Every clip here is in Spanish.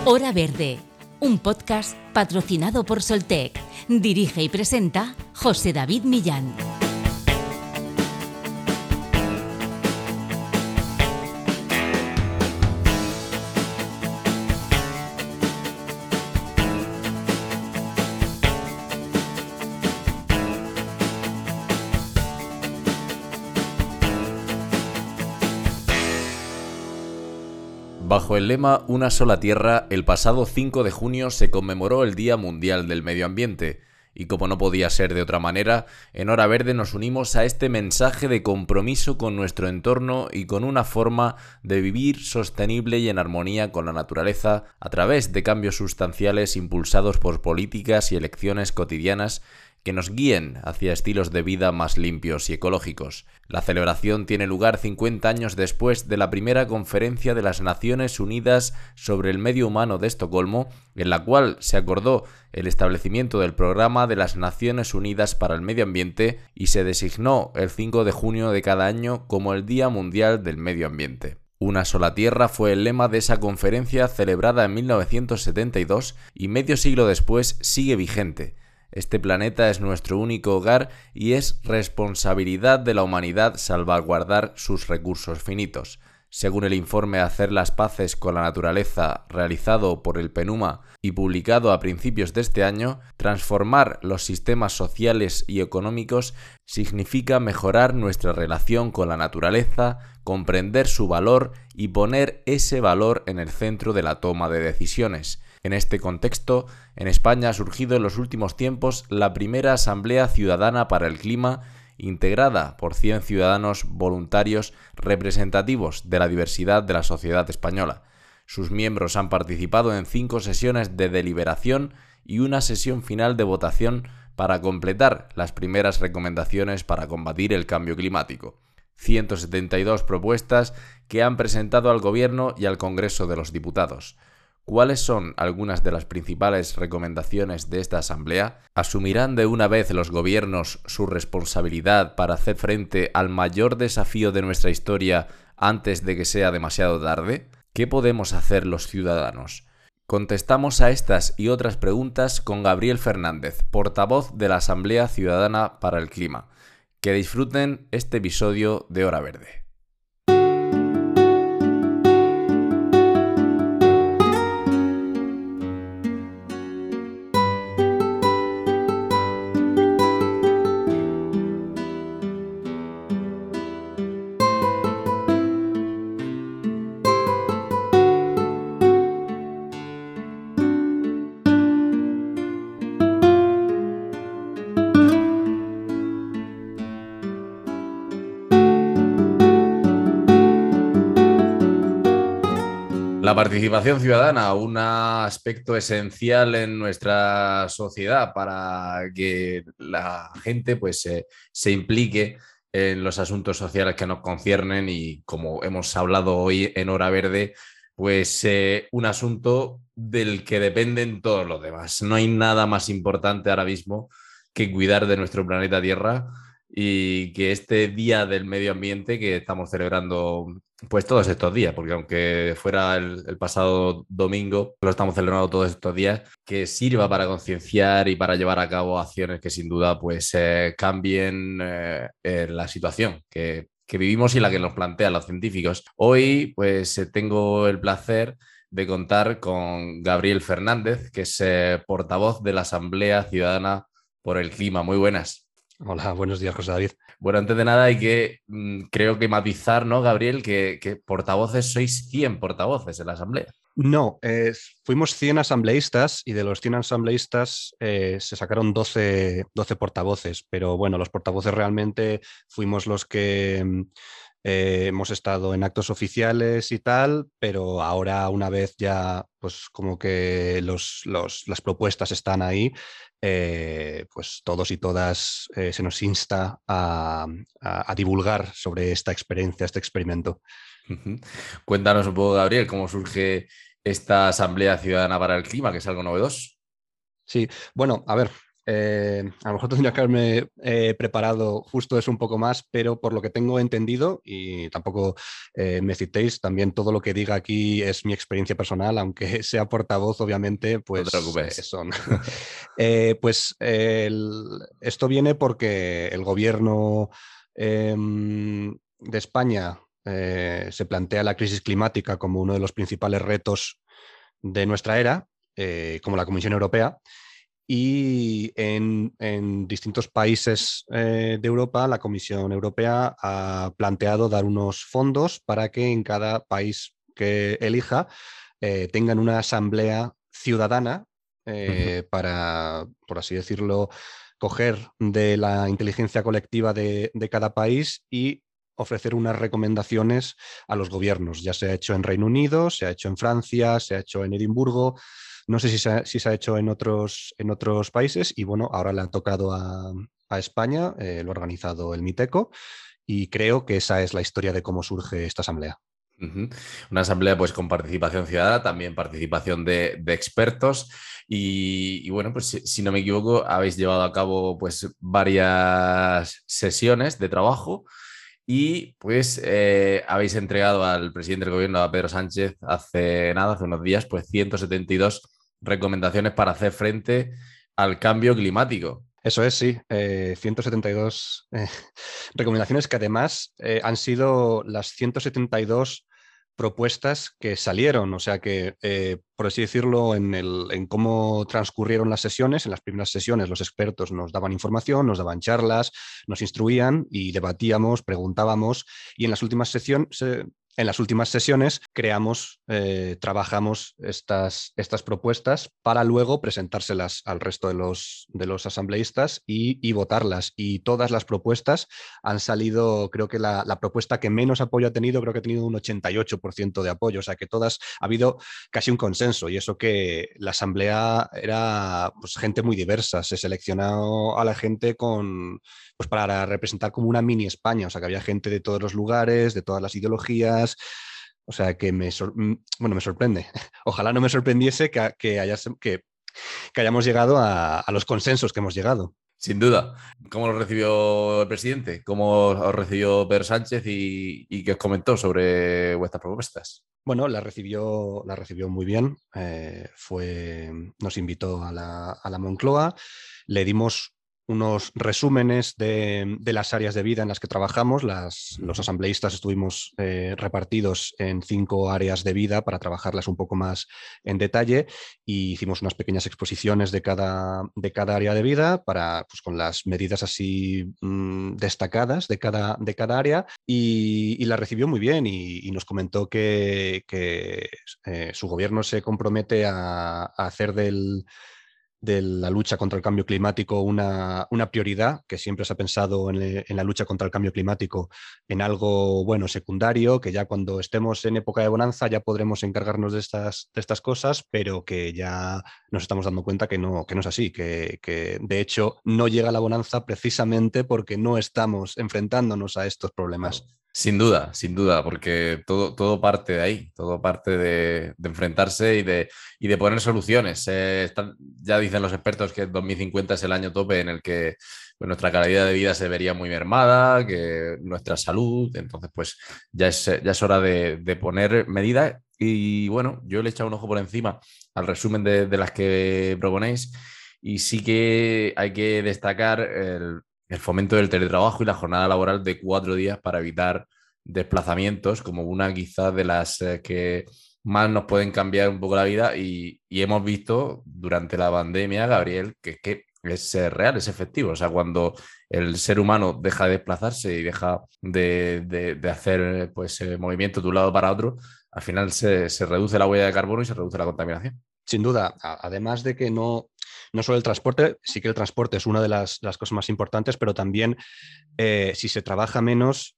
Hora Verde, un podcast patrocinado por Soltec. Dirige y presenta José David Millán. Bajo el lema Una sola tierra, el pasado 5 de junio se conmemoró el Día Mundial del Medio Ambiente. Y como no podía ser de otra manera, en Hora Verde nos unimos a este mensaje de compromiso con nuestro entorno y con una forma de vivir sostenible y en armonía con la naturaleza a través de cambios sustanciales impulsados por políticas y elecciones cotidianas que nos guíen hacia estilos de vida más limpios y ecológicos. La celebración tiene lugar 50 años después de la primera conferencia de las Naciones Unidas sobre el Medio Humano de Estocolmo, en la cual se acordó el establecimiento del Programa de las Naciones Unidas para el Medio Ambiente y se designó el 5 de junio de cada año como el Día Mundial del Medio Ambiente. Una sola tierra fue el lema de esa conferencia celebrada en 1972 y medio siglo después sigue vigente. Este planeta es nuestro único hogar y es responsabilidad de la humanidad salvaguardar sus recursos finitos. Según el informe Hacer las paces con la naturaleza realizado por el PNUMA y publicado a principios de este año, transformar los sistemas sociales y económicos significa mejorar nuestra relación con la naturaleza, comprender su valor y poner ese valor en el centro de la toma de decisiones. En este contexto, en España ha surgido en los últimos tiempos la primera Asamblea Ciudadana para el Clima, integrada por 100 ciudadanos voluntarios representativos de la diversidad de la sociedad española. Sus miembros han participado en 5 sesiones de deliberación y una sesión final de votación para completar las primeras recomendaciones para combatir el cambio climático. 172 propuestas que han presentado al Gobierno y al Congreso de los Diputados. ¿Cuáles son algunas de las principales recomendaciones de esta asamblea? ¿Asumirán de una vez los gobiernos su responsabilidad para hacer frente al mayor desafío de nuestra historia antes de que sea demasiado tarde? ¿Qué podemos hacer los ciudadanos? Contestamos a estas y otras preguntas con Gabriel Fernández, portavoz de la Asamblea Ciudadana para el Clima. Que disfruten este episodio de Hora Verde. La participación ciudadana, un aspecto esencial en nuestra sociedad para que la gente se implique en los asuntos sociales que nos conciernen y, como hemos hablado hoy en Hora Verde, un asunto del que dependen todos los demás. No hay nada más importante ahora mismo que cuidar de nuestro planeta Tierra y que este Día del Medio Ambiente que estamos celebrando todos estos días, porque aunque fuera el pasado domingo, lo estamos celebrando todos estos días, que sirva para concienciar y para llevar a cabo acciones que sin duda cambien la situación que vivimos y la que nos plantean los científicos. Hoy tengo el placer de contar con Gabriel Fernández, que es portavoz de la Asamblea Ciudadana por el Clima. Muy buenas. Hola, buenos días, José David. Bueno, antes de nada hay que, creo que matizar, ¿no, Gabriel? Que portavoces, sois 100 portavoces en la Asamblea. No, fuimos 100 asambleístas y de los 100 asambleístas se sacaron 12 portavoces, pero bueno, los portavoces realmente fuimos los que hemos estado en actos oficiales y tal, pero ahora una vez ya como que las propuestas están ahí, todos y todas se nos insta a divulgar sobre esta experiencia, este experimento. Cuéntanos un poco, Gabriel, cómo surge esta Asamblea Ciudadana para el Clima, que es algo novedoso. Sí, bueno, a ver, A lo mejor tendría que haberme preparado justo eso un poco más, pero por lo que tengo entendido, y tampoco me citéis, también todo lo que diga aquí es mi experiencia personal, aunque sea portavoz, obviamente, No te pues preocupes. son. Esto viene porque el gobierno de España se plantea la crisis climática como uno de los principales retos de nuestra era, como la Comisión Europea. Y en distintos países de Europa, la Comisión Europea ha planteado dar unos fondos para que en cada país que elija tengan una asamblea ciudadana para, por así decirlo, coger de la inteligencia colectiva de cada país y ofrecer unas recomendaciones a los gobiernos. Ya se ha hecho en Reino Unido, se ha hecho en Francia, se ha hecho en Edimburgo. No sé si se ha hecho en otros países y bueno, ahora le ha tocado a España, lo ha organizado el MITECO y creo que esa es la historia de cómo surge esta asamblea. Ujú. Una asamblea pues con participación ciudadana, también participación de expertos y bueno, pues si no me equivoco, habéis llevado a cabo pues varias sesiones de trabajo y pues habéis entregado al presidente del gobierno, a Pedro Sánchez, hace nada, hace unos días, pues 172 recomendaciones para hacer frente al cambio climático. Eso es, sí, 172 recomendaciones que además han sido las 172 propuestas que salieron, o sea que, por así decirlo, en cómo transcurrieron las sesiones, en las primeras sesiones los expertos nos daban información, nos daban charlas, nos instruían y debatíamos, preguntábamos y en las últimas en las últimas sesiones creamos, trabajamos estas propuestas para luego presentárselas al resto de los asambleístas y votarlas. Y todas las propuestas han salido, creo que la propuesta que menos apoyo ha tenido, creo que ha tenido un 88% de apoyo. O sea que todas, ha habido casi un consenso y eso que la asamblea era pues, gente muy diversa. Se seleccionó a la gente pues para representar como una mini España. O sea que había gente de todos los lugares, de todas las ideologías. O sea que bueno, me sorprende. Ojalá no me sorprendiese que hayamos llegado a los consensos que hemos llegado. Sin duda. ¿Cómo lo recibió el presidente? ¿Cómo os recibió Pedro Sánchez y qué os comentó sobre vuestras propuestas? Bueno, la recibió muy bien. Nos invitó a la Moncloa, le dimos unos resúmenes de las áreas de vida en las que trabajamos. Los asambleístas estuvimos repartidos en 5 áreas de vida para trabajarlas un poco más en detalle y hicimos unas pequeñas exposiciones de cada área de vida para, pues, con las medidas así destacadas de cada área y la recibió muy bien y nos comentó que su gobierno se compromete a hacer de la lucha contra el cambio climático una prioridad, que siempre se ha pensado en la lucha contra el cambio climático en algo, bueno, secundario, que ya cuando estemos en época de bonanza ya podremos encargarnos de estas cosas, pero que ya nos estamos dando cuenta que no es así, que de hecho no llega la bonanza precisamente porque no estamos enfrentándonos a estos problemas. Sin duda, porque todo parte de ahí, todo parte de enfrentarse y de poner soluciones. Ya dicen los expertos que 2050 es el año tope en el que pues, nuestra calidad de vida se vería muy mermada, que nuestra salud, entonces pues ya es hora de poner medidas. Y bueno, yo le he echado un ojo por encima al resumen de las que proponéis y sí que hay que destacar el fomento del teletrabajo y la jornada laboral de 4 días para evitar desplazamientos, como una quizás de las que más nos pueden cambiar un poco la vida y hemos visto durante la pandemia, Gabriel, que es real, es efectivo. O sea, cuando el ser humano deja de desplazarse y deja de hacer pues, movimiento de un lado para otro, al final se reduce la huella de carbono y se reduce la contaminación. Sin duda, además de que no solo el transporte, sí que el transporte es una de las cosas más importantes, pero también si se trabaja menos,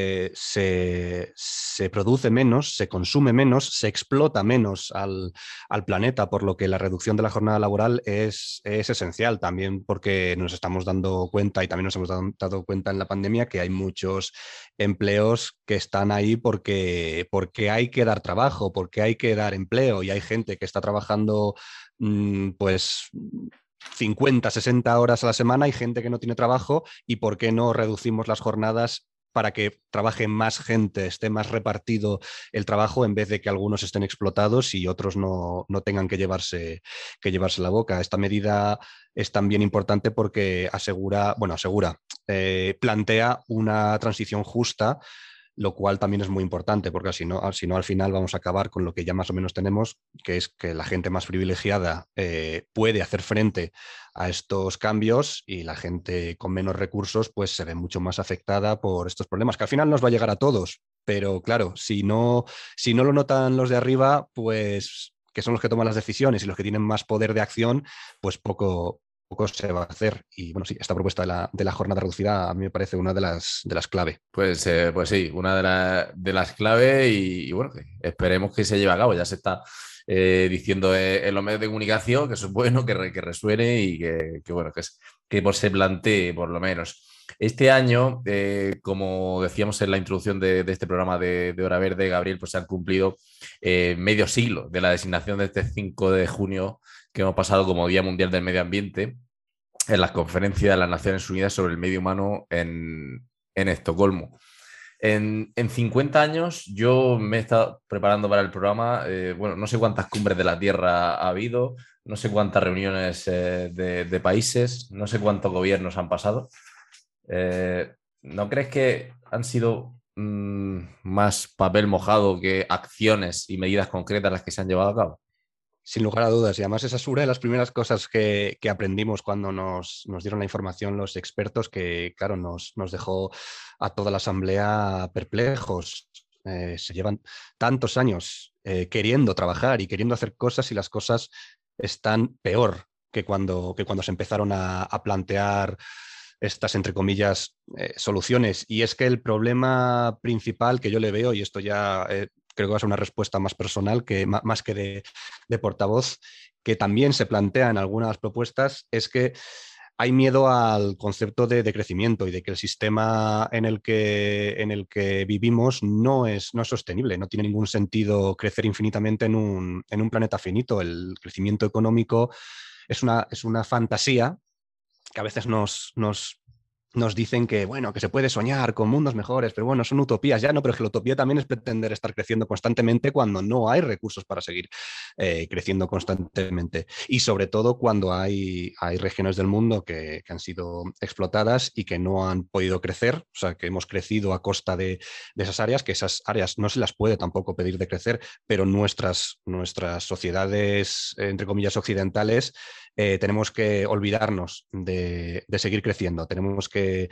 se produce menos, se consume menos, se explota menos al planeta, por lo que la reducción de la jornada laboral es esencial también porque nos estamos dando cuenta y también nos hemos dado cuenta en la pandemia que hay muchos empleos que están ahí porque hay que dar trabajo, porque hay que dar empleo y hay gente que está trabajando pues 50, 60 horas a la semana, hay gente que no tiene trabajo, y ¿por qué no reducimos las jornadas para que trabaje más gente, esté más repartido el trabajo, en vez de que algunos estén explotados y otros no tengan que llevarse la boca? Esta medida es también importante porque plantea una transición justa, lo cual también es muy importante, porque si no al final vamos a acabar con lo que ya más o menos tenemos, que es que la gente más privilegiada puede hacer frente a estos cambios, y la gente con menos recursos pues se ve mucho más afectada por estos problemas, que al final nos va a llegar a todos. Pero claro, si no lo notan los de arriba, pues que son los que toman las decisiones y los que tienen más poder de acción, pues poco se va a hacer. Y bueno, sí, esta propuesta de la jornada reducida a mí me parece una de las clave. Pues sí, una de las claves y bueno, que esperemos que se lleve a cabo. Ya se está diciendo en los medios de comunicación que eso es bueno, que resuene y bueno, que se plantee por lo menos. Este año, como decíamos en la introducción de este programa de Hora Verde, Gabriel, pues se han cumplido medio siglo de la designación de este 5 de junio que hemos pasado como Día Mundial del Medio Ambiente en la Conferencia de las Naciones Unidas sobre el Medio Humano en Estocolmo. En 50 años yo me he estado preparando para el programa, bueno, no sé cuántas cumbres de la Tierra ha habido, no sé cuántas reuniones de países, no sé cuántos gobiernos han pasado. ¿No crees que han sido más papel mojado que acciones y medidas concretas las que se han llevado a cabo? Sin lugar a dudas. Y además esa es una de las primeras cosas que aprendimos cuando nos dieron la información los expertos, que claro, nos dejó a toda la asamblea perplejos. Se llevan tantos años queriendo trabajar y queriendo hacer cosas, y las cosas están peor que cuando se empezaron a plantear estas, entre comillas, soluciones. Y es que el problema principal que yo le veo, y esto ya creo que va a ser una respuesta más personal, más que de portavoz, que también se plantea en algunas propuestas, es que hay miedo al concepto de crecimiento, y de que el sistema en el que vivimos no es sostenible. No tiene ningún sentido crecer infinitamente en un planeta finito. El crecimiento económico es una fantasía que a veces nos dicen que, bueno, que se puede soñar con mundos mejores, pero bueno, son utopías ya, ¿no? Pero es que la utopía también es pretender estar creciendo constantemente cuando no hay recursos para seguir creciendo constantemente. Y sobre todo cuando hay regiones del mundo que han sido explotadas y que no han podido crecer, o sea, que hemos crecido a costa de esas áreas, que esas áreas no se las puede tampoco pedir de crecer, pero nuestras sociedades, entre comillas, occidentales, tenemos que olvidarnos de seguir creciendo. Tenemos que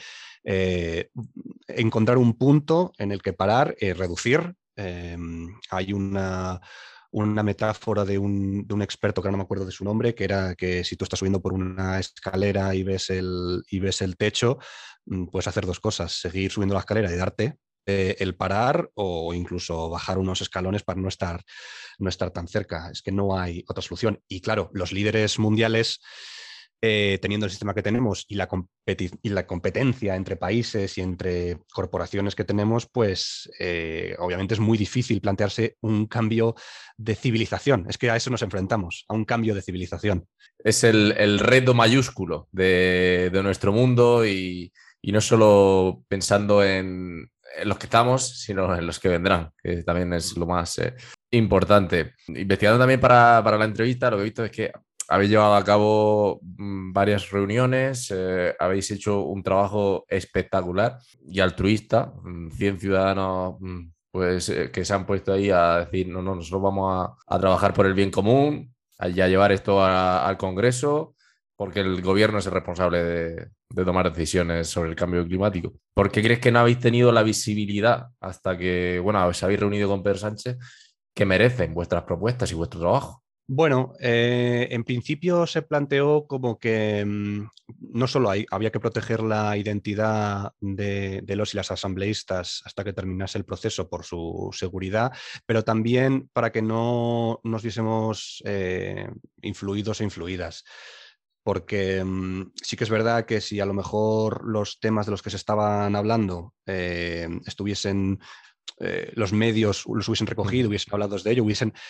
encontrar un punto en el que parar, reducir. Hay una metáfora de un experto, que no me acuerdo de su nombre, que era que si tú estás subiendo por una escalera y ves el techo, puedes hacer dos cosas: seguir subiendo la escalera y darte el parar, o incluso bajar unos escalones para no estar tan cerca. Es que no hay otra solución. Y claro, los líderes mundiales, teniendo el sistema que tenemos y la competencia entre países y entre corporaciones que tenemos, pues obviamente es muy difícil plantearse un cambio de civilización. Es que a eso nos enfrentamos, a un cambio de civilización. Es el reto mayúsculo de nuestro mundo y no solo pensando en los que estamos, sino en los que vendrán, que también es lo más importante. Investigando también para la entrevista, lo que he visto es que habéis llevado a cabo varias reuniones, habéis hecho un trabajo espectacular y altruista, 100 ciudadanos pues, que se han puesto ahí a decir, no, nosotros vamos a trabajar por el bien común, a llevar esto al Congreso, porque el gobierno es el responsable de tomar decisiones sobre el cambio climático. ¿Por qué crees que no habéis tenido la visibilidad hasta que, bueno, os habéis reunido con Pedro Sánchez, que merecen vuestras propuestas y vuestro trabajo? Bueno, en principio se planteó como que no solo había que proteger la identidad de los y las asambleístas hasta que terminase el proceso por su seguridad, pero también para que no nos viésemos influidos e influidas. Porque sí que es verdad que si a lo mejor los temas de los que se estaban hablando estuviesen, los medios los hubiesen recogido, hubiesen hablado de ello, hubiesen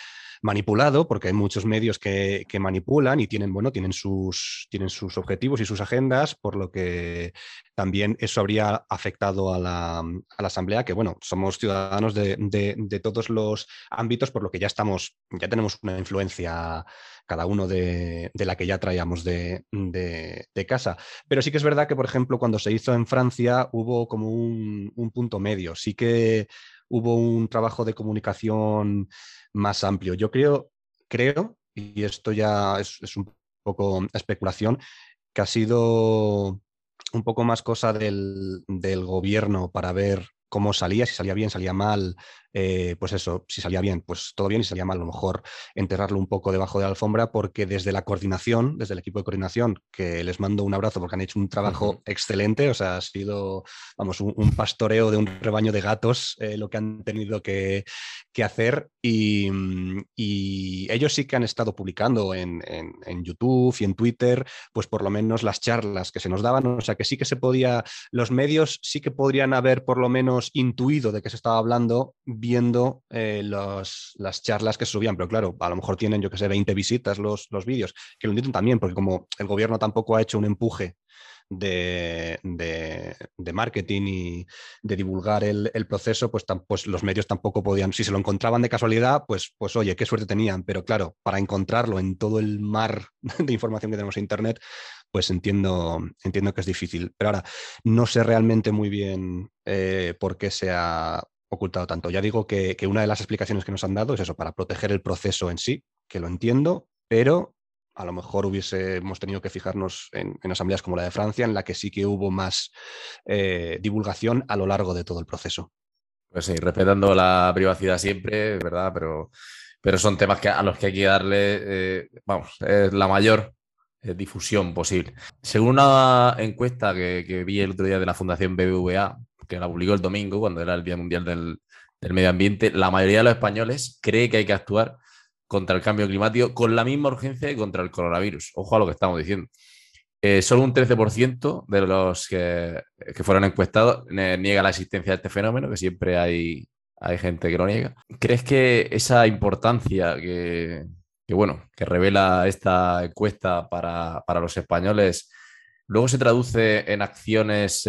manipulado, porque hay muchos medios que manipulan y tienen, bueno, tienen sus objetivos y sus agendas, por lo que también eso habría afectado a la Asamblea, que bueno, somos ciudadanos de todos los ámbitos, por lo que ya tenemos una influencia cada uno de la que ya traíamos de casa. Pero sí que es verdad que, por ejemplo, cuando se hizo en Francia hubo como un punto medio. Sí que hubo un trabajo de comunicación más amplio. Yo creo, y esto ya es un poco especulación, que ha sido un poco más cosa del gobierno para ver cómo salía, si salía bien, salía mal, pues eso, si salía bien, pues todo bien, y si salía mal, a lo mejor enterrarlo un poco debajo de la alfombra, porque desde la coordinación, desde el equipo de coordinación, que les mando un abrazo porque han hecho un trabajo excelente, o sea, ha sido, vamos, un pastoreo de un rebaño de gatos lo que han tenido que hacer, y ellos sí que han estado publicando en YouTube y en Twitter, pues por lo menos las charlas que se nos daban, o sea, que sí que se podía, los medios sí que podrían haber por lo menos intuido de qué se estaba hablando viendo las charlas que se subían, pero claro, a lo mejor tienen, yo que sé, 20 visitas los vídeos, que lo entienden también, porque como el gobierno tampoco ha hecho un empuje de marketing y de divulgar el proceso, pues los medios tampoco podían, si se lo encontraban de casualidad, pues oye, qué suerte tenían, pero claro, para encontrarlo en todo el mar de información que tenemos en Internet, pues entiendo que es difícil. Pero ahora, no sé realmente muy bien por qué se ha ocultado tanto. Ya digo que una de las explicaciones que nos han dado es eso, para proteger el proceso en sí, que lo entiendo, pero a lo mejor hubiésemos tenido que fijarnos en asambleas como la de Francia, en la que sí que hubo más divulgación a lo largo de todo el proceso. Pues sí, respetando la privacidad siempre, ¿verdad? Pero son temas a los que hay que darle, vamos, la mayor difusión posible. Según una encuesta que vi el otro día de la Fundación BBVA, que la publicó el domingo, cuando era el Día Mundial del Medio Ambiente, la mayoría de los españoles cree que hay que actuar contra el cambio climático con la misma urgencia que contra el coronavirus. Ojo a lo que estamos diciendo. Solo un 13% de los que fueron encuestados niega la existencia de este fenómeno, que siempre hay gente que lo niega. ¿Crees que esa importancia que revela esta encuesta para los españoles luego se traduce en acciones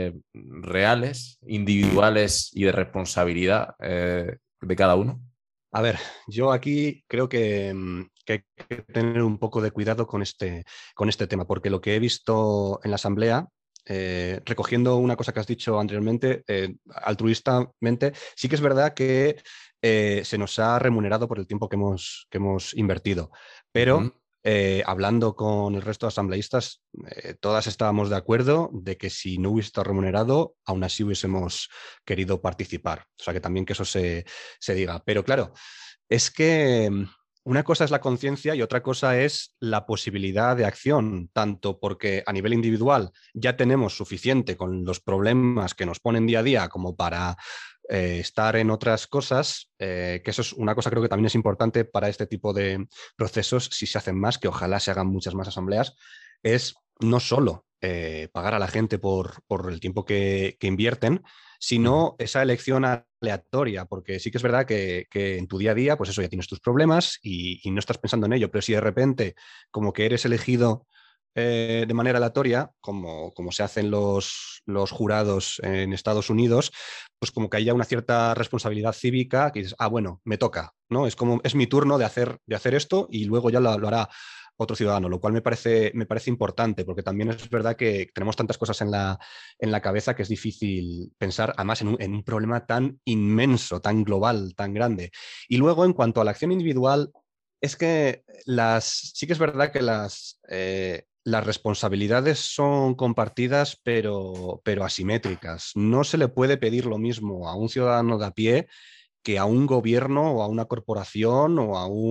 reales, individuales y de responsabilidad de cada uno? A ver, yo aquí creo que hay que tener un poco de cuidado con este tema, porque lo que he visto en la Asamblea, recogiendo una cosa que has dicho anteriormente, altruistamente, sí que es verdad que se nos ha remunerado por el tiempo que hemos invertido, pero Ujú. hablando con el resto de asambleístas, todas estábamos de acuerdo de que si no hubiese estado remunerado, aún así hubiésemos querido participar. O sea, que también que eso se diga. Pero claro, es que una cosa es la conciencia y otra cosa es la posibilidad de acción, tanto porque a nivel individual ya tenemos suficiente con los problemas que nos ponen día a día como para estar en otras cosas, que eso es una cosa creo que también es importante para este tipo de procesos, si se hacen más, que ojalá se hagan muchas más asambleas, es no solo pagar a la gente por el tiempo que invierten, Ujú. sino esa elección aleatoria, porque sí que es verdad que en tu día a día, pues eso, ya tienes tus problemas y no estás pensando en ello, pero si de repente como que eres elegido de manera aleatoria, como se hacen los jurados en Estados Unidos, pues como que haya una cierta responsabilidad cívica que dices, bueno, me toca, ¿no? Es como, es mi turno de hacer esto y luego ya lo hará otro ciudadano, lo cual me parece importante, porque también es verdad que tenemos tantas cosas en la cabeza que es difícil pensar, además, en un problema tan inmenso, tan global, tan grande. Y luego, en cuanto a la acción individual, es que sí que es verdad que las responsabilidades son compartidas, pero asimétricas. No se le puede pedir lo mismo a un ciudadano de a pie que a un gobierno o a una corporación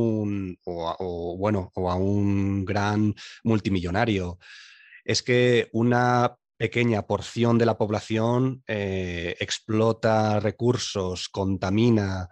o a un gran multimillonario. Es que una pequeña porción de la población explota recursos, contamina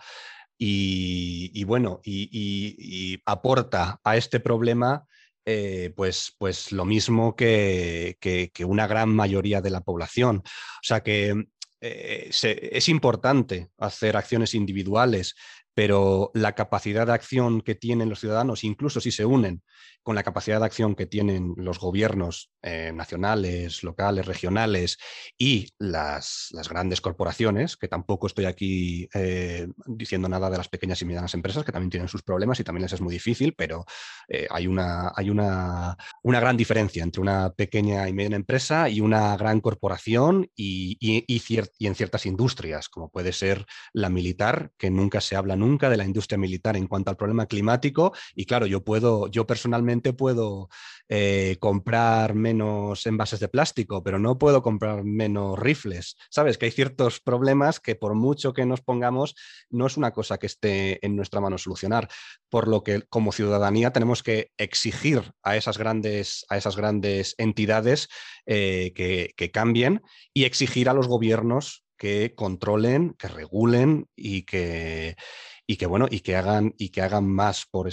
y aporta a este problema pues lo mismo que una gran mayoría de la población. O sea que es importante hacer acciones individuales, pero la capacidad de acción que tienen los ciudadanos, incluso si se unen con la capacidad de acción que tienen los gobiernos nacionales, locales, regionales y las grandes corporaciones, que tampoco estoy aquí diciendo nada de las pequeñas y medianas empresas, que también tienen sus problemas y también les es muy difícil, pero hay una gran diferencia entre una pequeña y mediana empresa y una gran corporación y en ciertas industrias, como puede ser la militar, que nunca se habla nunca de la industria militar en cuanto al problema climático. Y claro, yo personalmente puedo comprar menos envases de plástico, pero no puedo comprar menos rifles. Sabes que hay ciertos problemas que por mucho que nos pongamos, no es una cosa que esté en nuestra mano solucionar, por lo que como ciudadanía tenemos que exigir a esas grandes entidades que cambien, y exigir a los gobiernos que controlen, que regulen y que hagan más por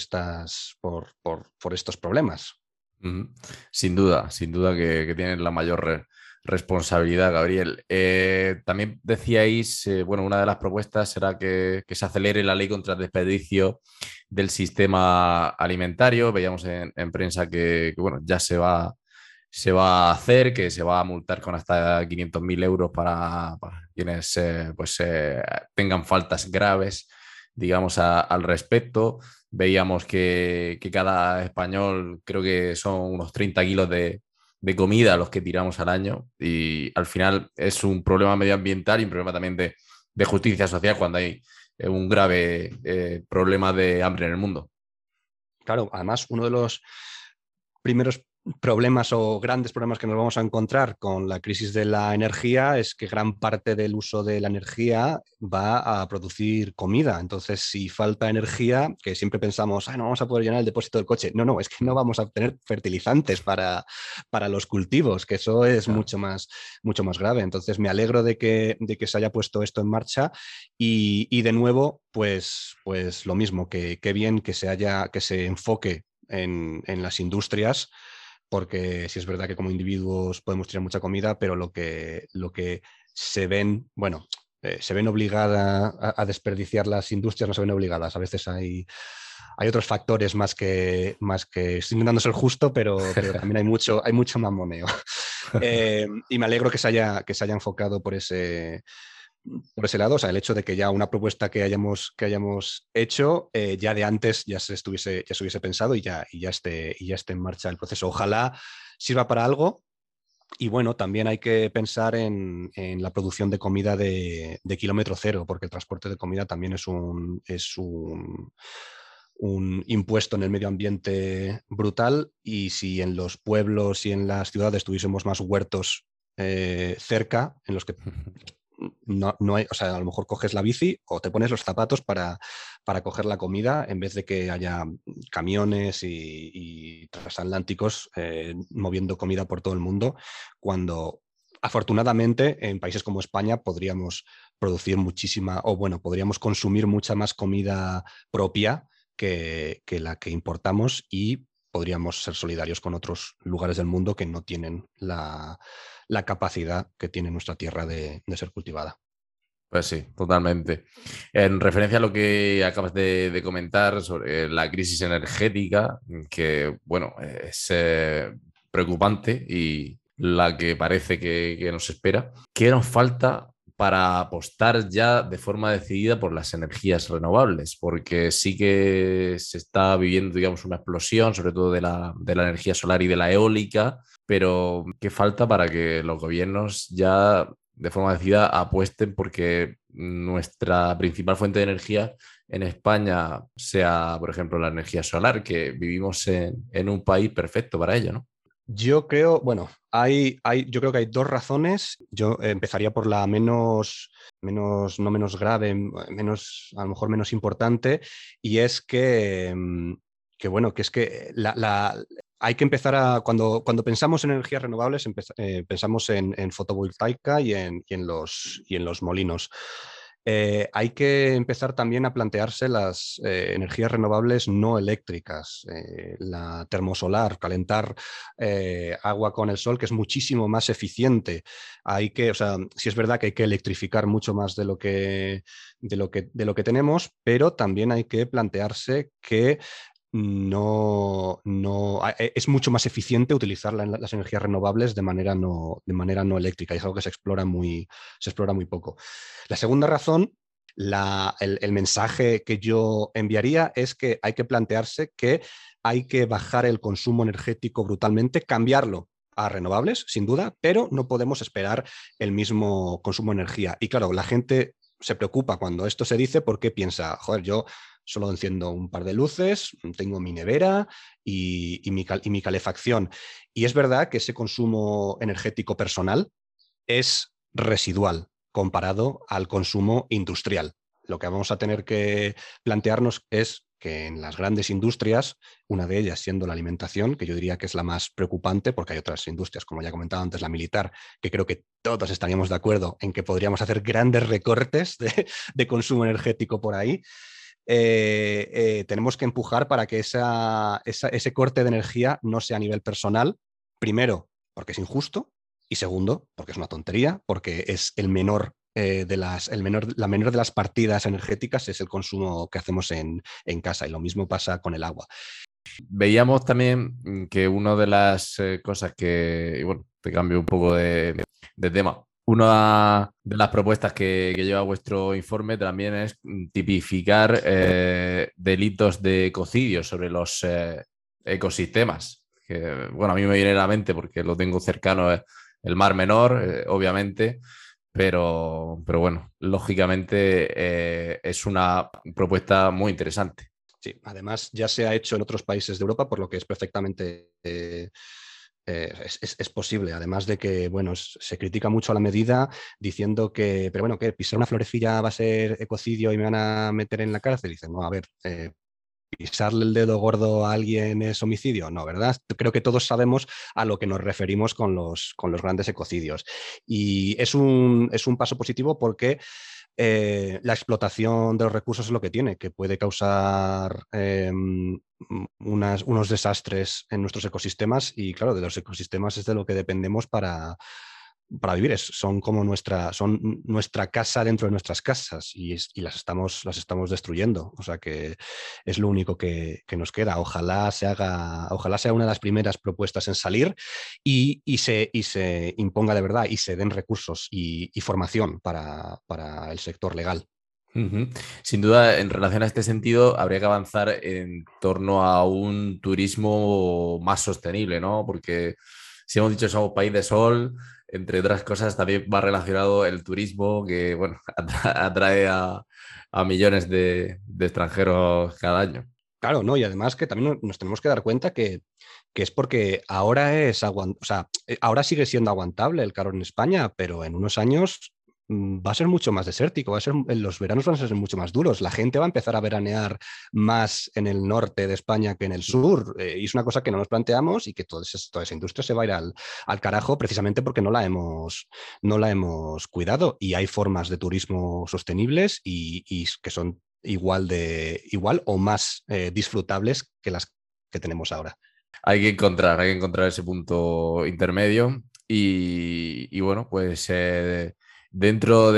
estos problemas. Ujú. Sin duda que tienen la mayor responsabilidad, Gabriel. También decíais, bueno, una de las propuestas será que se acelere la ley contra el desperdicio del sistema alimentario. Veíamos en prensa bueno, ya se va a hacer, que se va a multar con hasta 500.000 euros para quienes tengan faltas graves, digamos, al respecto. Veíamos que cada español, creo que son unos 30 kilos de comida los que tiramos al año, y al final es un problema medioambiental y un problema también de justicia social cuando hay un grave problema de hambre en el mundo. Claro, además, uno de los primeros problemas o grandes problemas que nos vamos a encontrar con la crisis de la energía es que gran parte del uso de la energía va a producir comida. Entonces, si falta energía, que siempre pensamos, no vamos a poder llenar el depósito del coche. No, es que no vamos a obtener fertilizantes para los cultivos, que eso es Claro. mucho más grave. Entonces, me alegro de que se haya puesto esto en marcha y de nuevo, pues lo mismo, que bien que se enfoque en las industrias, porque sí es verdad que como individuos podemos tirar mucha comida, pero lo que se ven, bueno, se ven obligadas a desperdiciar las industrias, no se ven obligadas. A veces hay otros factores más que estoy intentando ser justo, pero también hay mucho mamoneo. Y me alegro que se haya enfocado por ese lado. O sea, el hecho de que ya una propuesta que hayamos hecho ya de antes ya se hubiese pensado y ya esté en marcha el proceso. Ojalá sirva para algo. Y bueno, también hay que pensar en la producción de comida de kilómetro cero, porque el transporte de comida también es un impuesto en el medio ambiente brutal, y si en los pueblos y en las ciudades tuviésemos más huertos cerca, en los que no hay, o sea, a lo mejor coges la bici o te pones los zapatos para coger la comida, en vez de que haya camiones y transatlánticos moviendo comida por todo el mundo, cuando afortunadamente en países como España podríamos producir podríamos consumir mucha más comida propia que la que importamos, y podríamos ser solidarios con otros lugares del mundo que no tienen la capacidad que tiene nuestra tierra de ser cultivada. Pues sí, totalmente. En referencia a lo que acabas de comentar sobre la crisis energética, que bueno, es preocupante y la que parece que nos espera, ¿qué nos falta para apostar ya de forma decidida por las energías renovables? Porque sí que se está viviendo, digamos, una explosión, sobre todo de la energía solar y de la eólica, pero ¿qué falta para que los gobiernos ya de forma decidida apuesten porque nuestra principal fuente de energía en España sea, por ejemplo, la energía solar, que vivimos en un país perfecto para ello, ¿no? Yo creo, bueno, yo creo que hay dos razones. Yo empezaría por la no menos grave, a lo mejor menos importante, y es que es que hay que empezar cuando pensamos en energías renovables, pensamos en fotovoltaica y en los molinos. Hay que empezar también a plantearse las energías renovables no eléctricas, la termosolar, calentar agua con el sol, que es muchísimo más eficiente. O sea, sí es verdad que hay que electrificar mucho más de lo que tenemos, pero también hay que plantearse que es mucho más eficiente utilizar las energías renovables de manera no eléctrica, y es algo que se explora muy poco. La segunda razón, el mensaje que yo enviaría es que hay que plantearse que hay que bajar el consumo energético brutalmente, cambiarlo a renovables, sin duda, pero no podemos esperar el mismo consumo de energía. Y claro, la gente se preocupa cuando esto se dice porque piensa, joder, yo solo enciendo un par de luces, tengo mi nevera y mi calefacción. Y es verdad que ese consumo energético personal es residual comparado al consumo industrial. Lo que vamos a tener que plantearnos es que en las grandes industrias, una de ellas siendo la alimentación, que yo diría que es la más preocupante, porque hay otras industrias, como ya he comentado antes, la militar, que creo que todos estaríamos de acuerdo en que podríamos hacer grandes recortes de consumo energético por ahí. Tenemos que empujar para que ese corte de energía no sea a nivel personal, primero, porque es injusto, y segundo, porque es una tontería, porque es la menor de las partidas energéticas es el consumo que hacemos en casa, y lo mismo pasa con el agua. Veíamos también que una de las cosas que, y bueno, te cambio un poco de tema. Una de las propuestas que lleva vuestro informe también es tipificar delitos de ecocidio sobre los ecosistemas. Que, bueno, a mí me viene a la mente porque lo tengo cercano, el Mar Menor, obviamente, pero bueno, lógicamente es una propuesta muy interesante. Sí, además ya se ha hecho en otros países de Europa, por lo que es perfectamente es posible. Además de que, bueno, se critica mucho la medida diciendo que, pero bueno, que pisar una florecilla va a ser ecocidio y me van a meter en la cárcel. Dicen, no, a ver, pisarle el dedo gordo a alguien es homicidio. No, ¿verdad? Creo que todos sabemos a lo que nos referimos con los grandes ecocidios. Y es un paso positivo porque la explotación de los recursos es lo que tiene, que puede causar unos desastres en nuestros ecosistemas, y claro, de los ecosistemas es de lo que dependemos para vivir. Son nuestra casa dentro de nuestras casas, y las estamos destruyendo. O sea que es lo único que nos queda. Ojalá sea una de las primeras propuestas en salir y se imponga de verdad y se den recursos y formación para el sector legal. Ujú. Sin duda, en relación a este sentido, habría que avanzar en torno a un turismo más sostenible, ¿no? Porque si hemos dicho que somos país de sol, entre otras cosas, también va relacionado el turismo que, bueno, atrae a millones de extranjeros cada año. Claro, ¿no? Y además que también nos tenemos que dar cuenta que es porque o sea, ahora sigue siendo aguantable el calor en España, pero en unos años va a ser mucho más desértico, los veranos van a ser mucho más duros, la gente va a empezar a veranear más en el norte de España que en el sur, y es una cosa que no nos planteamos, y que toda esa industria se va a ir al carajo precisamente porque no la hemos cuidado, y hay formas de turismo sostenibles y que son igual o más disfrutables que las que tenemos ahora. Hay que encontrar ese punto intermedio y bueno, pues dentro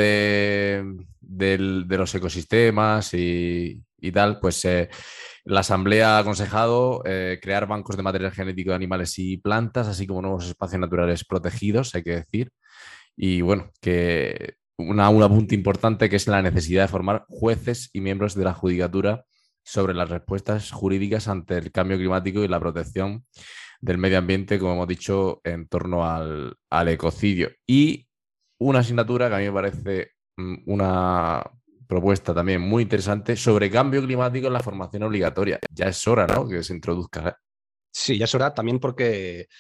de los ecosistemas y tal, pues la Asamblea ha aconsejado crear bancos de material genético de animales y plantas, así como nuevos espacios naturales protegidos, hay que decir. Y bueno, que un apunte importante que es la necesidad de formar jueces y miembros de la judicatura sobre las respuestas jurídicas ante el cambio climático y la protección del medio ambiente, como hemos dicho, en torno al ecocidio. Y una asignatura que a mí me parece una propuesta también muy interesante sobre cambio climático en la formación obligatoria. Ya es hora, ¿no?, que se introduzca. Sí, ya es hora también porque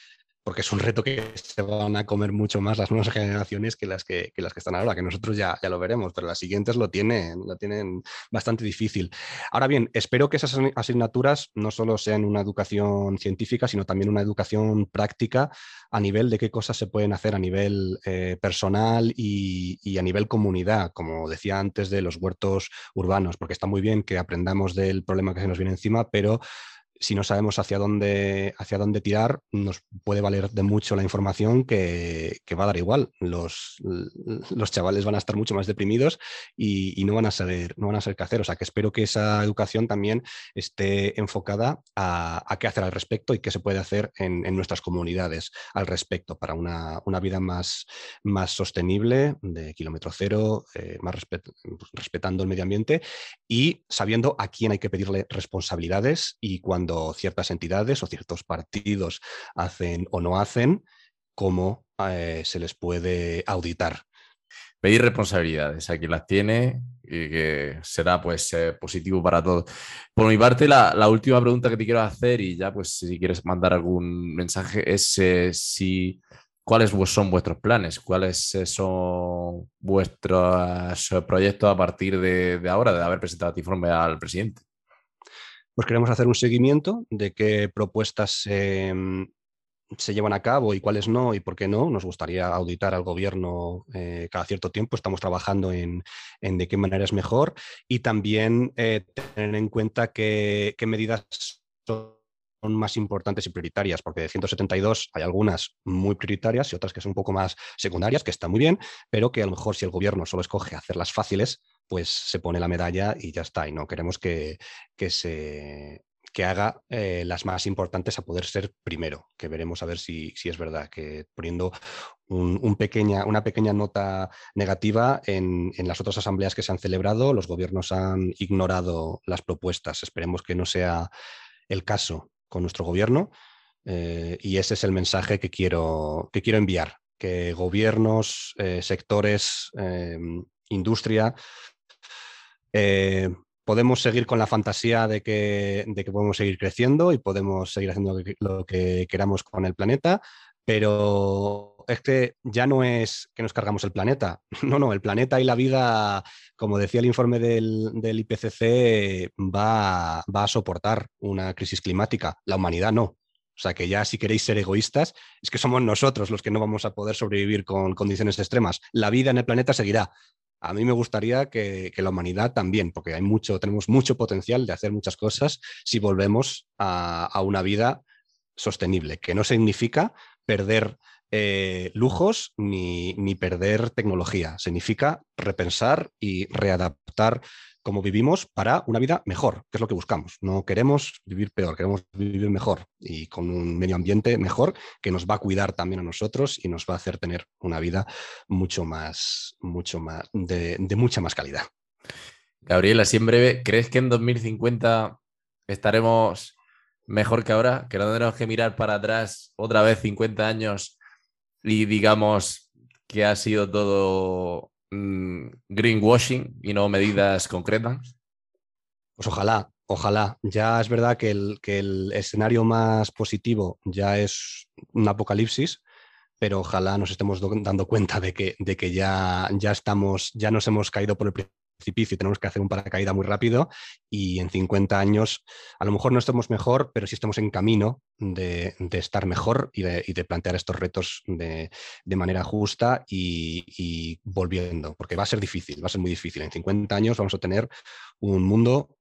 porque es un reto que se van a comer mucho más las nuevas generaciones que las que están ahora, que nosotros ya lo veremos, pero las siguientes lo tienen bastante difícil. Ahora bien, espero que esas asignaturas no solo sean una educación científica, sino también una educación práctica a nivel de qué cosas se pueden hacer a nivel personal y a nivel comunidad, como decía antes, de los huertos urbanos, porque está muy bien que aprendamos del problema que se nos viene encima, pero si no sabemos hacia dónde tirar, nos puede valer de mucho la información que va a dar igual. Los chavales van a estar mucho más deprimidos y no van a saber qué hacer. O sea, que espero que esa educación también esté enfocada a qué hacer al respecto y qué se puede hacer en nuestras comunidades al respecto para una vida más sostenible, de kilómetro cero, más respetando el medio ambiente y sabiendo a quién hay que pedirle responsabilidades y cuando ciertas entidades o ciertos partidos hacen o no hacen, cómo se les puede auditar. Pedir responsabilidades a quien las tiene y que será pues positivo para todos. Por mi parte, la última pregunta que te quiero hacer y ya pues si quieres mandar algún mensaje es ¿cuáles son vuestros planes? ¿Cuáles son vuestros proyectos a partir de ahora, de haber presentado este informe al presidente? Pues queremos hacer un seguimiento de qué propuestas se llevan a cabo y cuáles no y por qué no. Nos gustaría auditar al gobierno cada cierto tiempo. Estamos trabajando en de qué manera es mejor y también tener en cuenta qué medidas son más importantes y prioritarias, porque de 172 hay algunas muy prioritarias y otras que son un poco más secundarias, que están muy bien, pero que a lo mejor si el gobierno solo escoge hacerlas fáciles, pues se pone la medalla y ya está. Y no queremos que haga las más importantes a poder ser primero, que veremos a ver si es verdad, que poniendo una pequeña nota negativa en las otras asambleas que se han celebrado, los gobiernos han ignorado las propuestas. Esperemos que no sea el caso con nuestro gobierno y ese es el mensaje que quiero enviar, que gobiernos, sectores, industria, podemos seguir con la fantasía de que podemos seguir creciendo y podemos seguir haciendo lo que queramos con el planeta, pero es que ya no es que nos cargamos el planeta. No, el planeta y la vida, como decía el informe del IPCC, va a soportar una crisis climática. La humanidad no. O sea que ya si queréis ser egoístas, es que somos nosotros los que no vamos a poder sobrevivir con condiciones extremas. La vida en el planeta seguirá. A mí me gustaría que la humanidad también, porque tenemos mucho potencial de hacer muchas cosas si volvemos a una vida sostenible, que no significa perder lujos ni perder tecnología. Significa repensar y readaptar cómo vivimos para una vida mejor, que es lo que buscamos. No queremos vivir peor, queremos vivir mejor y con un medio ambiente mejor que nos va a cuidar también a nosotros y nos va a hacer tener una vida mucho más de mucha más calidad. Gabriel, así en breve, ¿crees que en 2050 estaremos mejor que ahora? ¿Que no tendremos que mirar para atrás otra vez 50 años y digamos que ha sido todo greenwashing y no medidas concretas? Pues ojalá. Ya es verdad que el escenario más positivo ya es un apocalipsis, pero ojalá nos estemos dando cuenta de que ya nos hemos caído por el precipicio y tenemos que hacer un paracaídas muy rápido y en 50 años a lo mejor no estemos mejor, pero sí estemos en camino de estar mejor y de plantear estos retos de manera justa y volviendo, porque va a ser muy difícil. En 50 años vamos a tener un mundo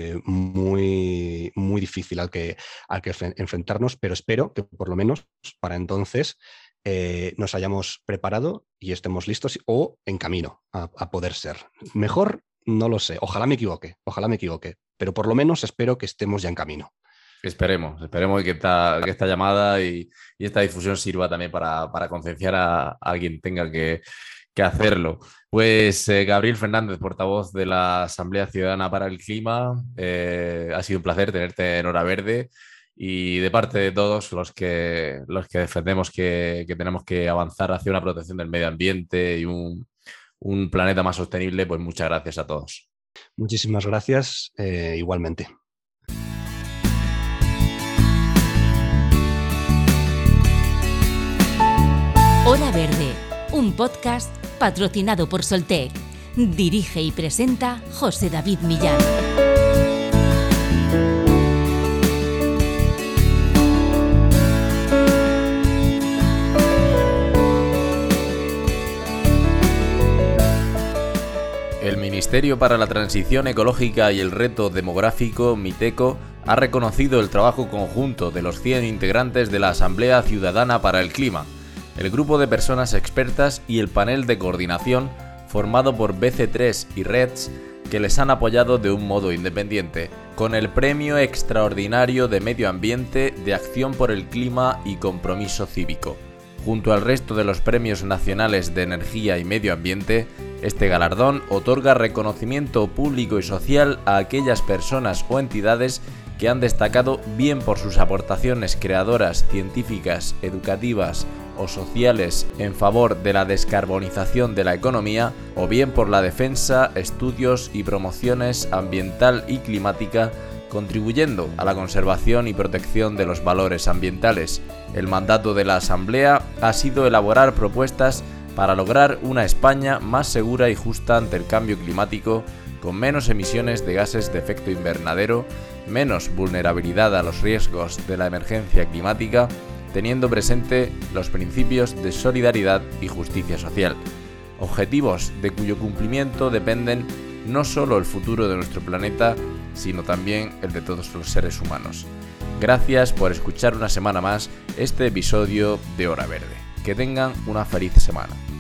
muy, muy difícil al que enfrentarnos, pero espero que por lo menos para entonces nos hayamos preparado y estemos listos o en camino a poder ser. Mejor, no lo sé. Ojalá me equivoque, pero por lo menos espero que estemos ya en camino. Esperemos que esta llamada y esta difusión sirva también para concienciar a quien tenga que hacerlo. Pues Gabriel Fernández, portavoz de la Asamblea Ciudadana para el Clima, ha sido un placer tenerte en Hora Verde y de parte de todos los que defendemos que tenemos que avanzar hacia una protección del medio ambiente y un planeta más sostenible, pues muchas gracias a todos. Muchísimas gracias, igualmente. Hora Verde, un podcast patrocinado por Soltec. Dirige y presenta José David Millán. El Ministerio para la Transición Ecológica y el Reto Demográfico, MITECO, ha reconocido el trabajo conjunto de los 100 integrantes de la Asamblea Ciudadana para el Clima, el grupo de personas expertas y el panel de coordinación formado por BC3 y REDS, que les han apoyado de un modo independiente, con el Premio Extraordinario de Medio Ambiente de Acción por el Clima y Compromiso Cívico. Junto al resto de los premios nacionales de energía y medio ambiente, este galardón otorga reconocimiento público y social a aquellas personas o entidades que han destacado bien por sus aportaciones creadoras, científicas, educativas o sociales en favor de la descarbonización de la economía, o bien por la defensa, estudios y promociones ambiental y climática, contribuyendo a la conservación y protección de los valores ambientales. El mandato de la Asamblea ha sido elaborar propuestas para lograr una España más segura y justa ante el cambio climático, con menos emisiones de gases de efecto invernadero, menos vulnerabilidad a los riesgos de la emergencia climática, teniendo presente los principios de solidaridad y justicia social. Objetivos de cuyo cumplimiento dependen no solo el futuro de nuestro planeta, sino también el de todos los seres humanos. Gracias por escuchar una semana más este episodio de Hora Verde. Que tengan una feliz semana.